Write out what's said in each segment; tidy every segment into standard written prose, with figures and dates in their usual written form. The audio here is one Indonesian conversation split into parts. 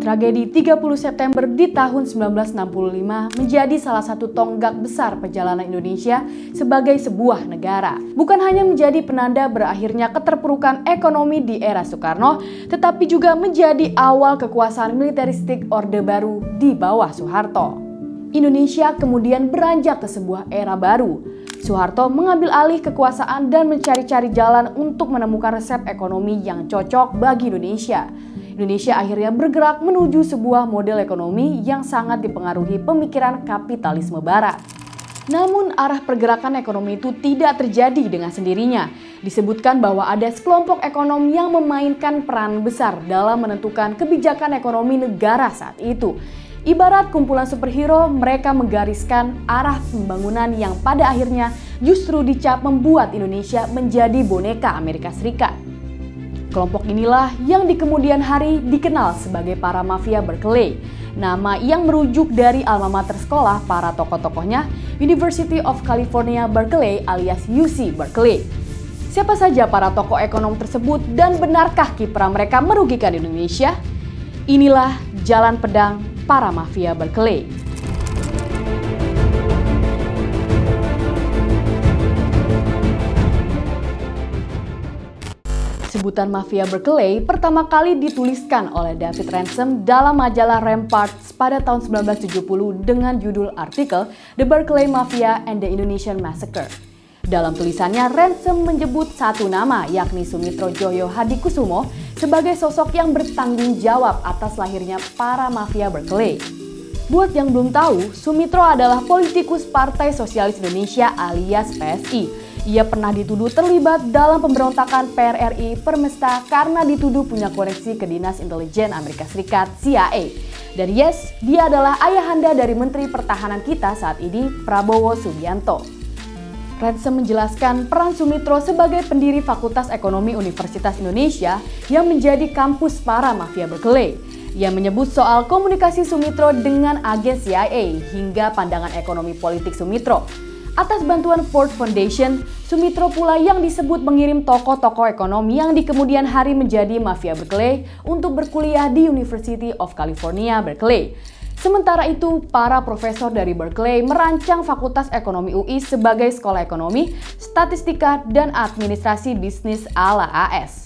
Tragedi 30 September di tahun 1965 menjadi salah satu tonggak besar perjalanan Indonesia sebagai sebuah negara. Bukan hanya menjadi penanda berakhirnya keterpurukan ekonomi di era Soekarno, tetapi juga menjadi awal kekuasaan militeristik Orde Baru di bawah Soeharto. Indonesia kemudian beranjak ke sebuah era baru. Soeharto mengambil alih kekuasaan dan mencari-cari jalan untuk menemukan resep ekonomi yang cocok bagi Indonesia. Indonesia akhirnya bergerak menuju sebuah model ekonomi yang sangat dipengaruhi pemikiran kapitalisme barat. Namun arah pergerakan ekonomi itu tidak terjadi dengan sendirinya. Disebutkan bahwa ada sekelompok ekonom yang memainkan peran besar dalam menentukan kebijakan ekonomi negara saat itu. Ibarat kumpulan superhero, mereka menggariskan arah pembangunan yang pada akhirnya justru dicap membuat Indonesia menjadi boneka Amerika Serikat. Kelompok inilah yang di kemudian hari dikenal sebagai para mafia Berkeley. Nama yang merujuk dari alma mater sekolah para tokoh-tokohnya, University of California Berkeley alias UC Berkeley. Siapa saja para tokoh ekonom tersebut dan benarkah kiprah mereka merugikan Indonesia? Inilah jalan pedang para mafia Berkeley. Sebutan mafia Berkeley pertama kali dituliskan oleh David Ransom dalam majalah Rampart pada tahun 1970 dengan judul artikel The Berkeley Mafia and the Indonesian Massacre. Dalam tulisannya, Ransom menyebut satu nama, yakni Sumitro Joyo Hadikusumo, sebagai sosok yang bertanggung jawab atas lahirnya para mafia Berkeley. Buat yang belum tahu, Sumitro adalah politikus Partai Sosialis Indonesia alias PSI. Ia pernah dituduh terlibat dalam pemberontakan PRRI Permesta karena dituduh punya koneksi ke Dinas Intelijen Amerika Serikat CIA. Dan yes, dia adalah ayahanda dari Menteri Pertahanan kita saat ini, Prabowo Subianto. Ransom menjelaskan peran Sumitro sebagai pendiri Fakultas Ekonomi Universitas Indonesia yang menjadi kampus para mafia Berkeley. Ia menyebut soal komunikasi Sumitro dengan agen CIA hingga pandangan ekonomi politik Sumitro. Atas bantuan Ford Foundation, Sumitro pula yang disebut mengirim tokoh-tokoh ekonomi yang di kemudian hari menjadi mafia Berkeley untuk berkuliah di University of California Berkeley. Sementara itu, para profesor dari Berkeley merancang Fakultas Ekonomi UI sebagai sekolah ekonomi, statistika, dan administrasi bisnis ala AS.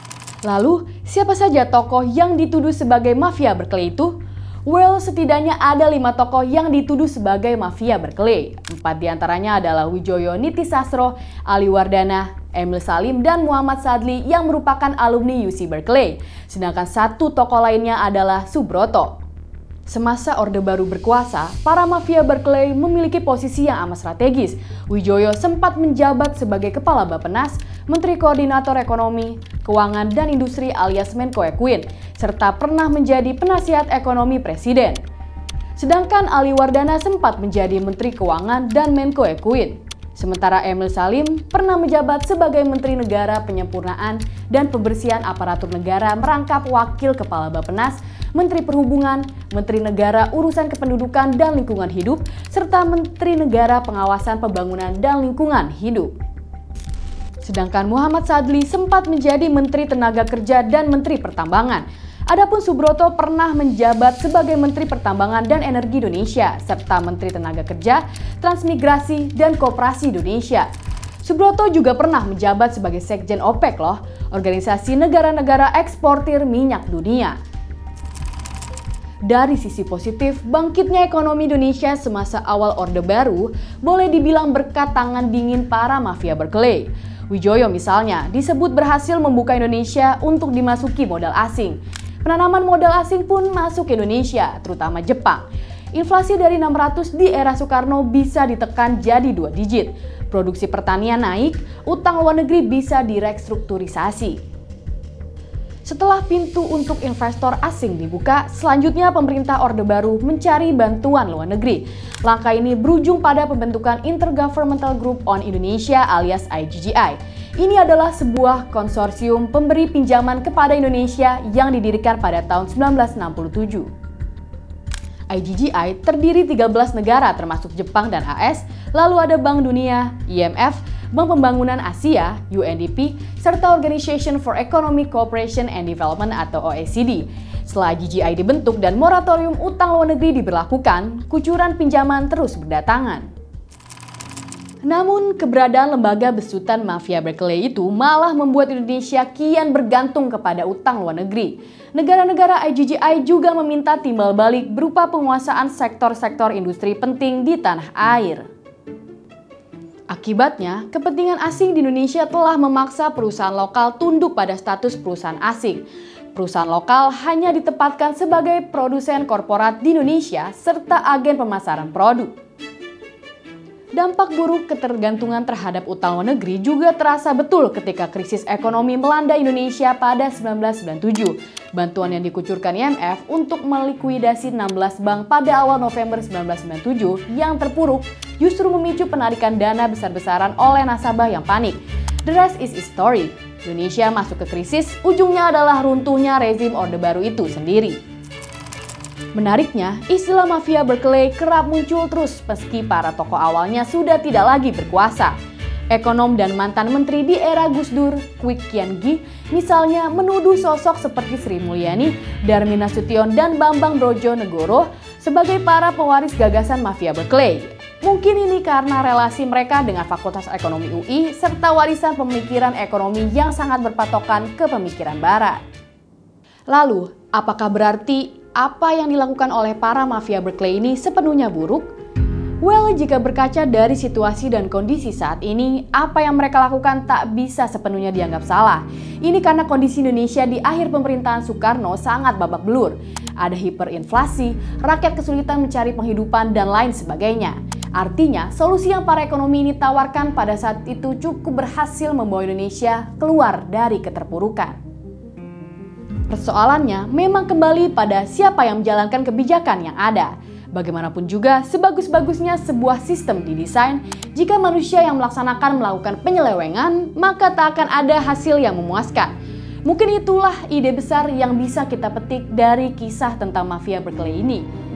Lalu, siapa saja tokoh yang dituduh sebagai mafia Berkeley itu? Well, setidaknya ada 5 tokoh yang dituduh sebagai mafia Berkeley. 4 diantaranya adalah Wijoyo Nitisasro, Ali Wardana, Emil Salim, dan Muhammad Sadli yang merupakan alumni UC Berkeley. Sedangkan 1 tokoh lainnya adalah Subroto. Semasa Orde Baru berkuasa, para mafia Berkeley memiliki posisi yang amat strategis. Wijoyo sempat menjabat sebagai Kepala Bappenas, Menteri Koordinator Ekonomi, Keuangan dan Industri alias Menko Ekuin, serta pernah menjadi penasihat ekonomi Presiden. Sedangkan Ali Wardana sempat menjadi Menteri Keuangan dan Menko Ekuin. Sementara Emil Salim pernah menjabat sebagai Menteri Negara Penyempurnaan dan Pembersihan Aparatur Negara merangkap Wakil Kepala Bappenas, Menteri Perhubungan, Menteri Negara Urusan Kependudukan dan Lingkungan Hidup, serta Menteri Negara Pengawasan Pembangunan dan Lingkungan Hidup. Sedangkan Muhammad Sadli sempat menjadi Menteri Tenaga Kerja dan Menteri Pertambangan. Adapun Subroto pernah menjabat sebagai Menteri Pertambangan dan Energi Indonesia, serta Menteri Tenaga Kerja, Transmigrasi, dan Koperasi Indonesia. Subroto juga pernah menjabat sebagai Sekjen OPEC loh, Organisasi Negara-Negara Eksportir Minyak Dunia. Dari sisi positif, bangkitnya ekonomi Indonesia semasa awal Orde Baru boleh dibilang berkat tangan dingin para mafia Berkeley. Wijoyo misalnya disebut berhasil membuka Indonesia untuk dimasuki modal asing. Penanaman modal asing pun masuk ke Indonesia, terutama Jepang. Inflasi dari 600 di era Soekarno bisa ditekan jadi 2 digit. Produksi pertanian naik, utang luar negeri bisa direstrukturisasi. Setelah pintu untuk investor asing dibuka, selanjutnya pemerintah Orde Baru mencari bantuan luar negeri. Langkah ini berujung pada pembentukan Intergovernmental Group on Indonesia alias IGGI. Ini adalah sebuah konsorsium pemberi pinjaman kepada Indonesia yang didirikan pada tahun 1967. IGGI terdiri 13 negara termasuk Jepang dan AS, lalu ada Bank Dunia, IMF, Bank Pembangunan Asia (UNDP), serta Organization for Economic Cooperation and Development atau OECD. Setelah GGI dibentuk dan moratorium utang luar negeri diberlakukan, kucuran pinjaman terus berdatangan. Namun, keberadaan lembaga besutan mafia Berkeley itu malah membuat Indonesia kian bergantung kepada utang luar negeri. Negara-negara IGGI juga meminta timbal balik berupa penguasaan sektor-sektor industri penting di tanah air. Akibatnya, kepentingan asing di Indonesia telah memaksa perusahaan lokal tunduk pada status perusahaan asing. Perusahaan lokal hanya ditempatkan sebagai produsen korporat di Indonesia serta agen pemasaran produk. Dampak buruk ketergantungan terhadap utang luar negeri juga terasa betul ketika krisis ekonomi melanda Indonesia pada 1997. Bantuan yang dikucurkan IMF untuk melikuidasi 16 bank pada awal November 1997 yang terpuruk justru memicu penarikan dana besar-besaran oleh nasabah yang panik. The rest is history. Indonesia masuk ke krisis, ujungnya adalah runtuhnya rezim Orde Baru itu sendiri. Menariknya, istilah mafia Berkeley kerap muncul terus meski para tokoh awalnya sudah tidak lagi berkuasa. Ekonom dan mantan menteri di era Gus Dur, Kwik Kian Gi, misalnya menuduh sosok seperti Sri Mulyani, Darmin Nasution, dan Bambang Brojonegoro sebagai para pewaris gagasan mafia Berkeley. Mungkin ini karena relasi mereka dengan Fakultas Ekonomi UI serta warisan pemikiran ekonomi yang sangat berpatokan ke pemikiran Barat. Lalu, apakah berarti apa yang dilakukan oleh para mafia Berkeley ini sepenuhnya buruk? Well, jika berkaca dari situasi dan kondisi saat ini, apa yang mereka lakukan tak bisa sepenuhnya dianggap salah. Ini karena kondisi Indonesia di akhir pemerintahan Soekarno sangat babak belur. Ada hiperinflasi, rakyat kesulitan mencari penghidupan, dan lain sebagainya. Artinya, solusi yang para ekonomi ini tawarkan pada saat itu cukup berhasil membawa Indonesia keluar dari keterpurukan. Persoalannya memang kembali pada siapa yang menjalankan kebijakan yang ada. Bagaimanapun juga, sebagus-bagusnya sebuah sistem didesain, jika manusia yang melakukan penyelewengan, maka tak akan ada hasil yang memuaskan. Mungkin itulah ide besar yang bisa kita petik dari kisah tentang mafia Berkeley ini.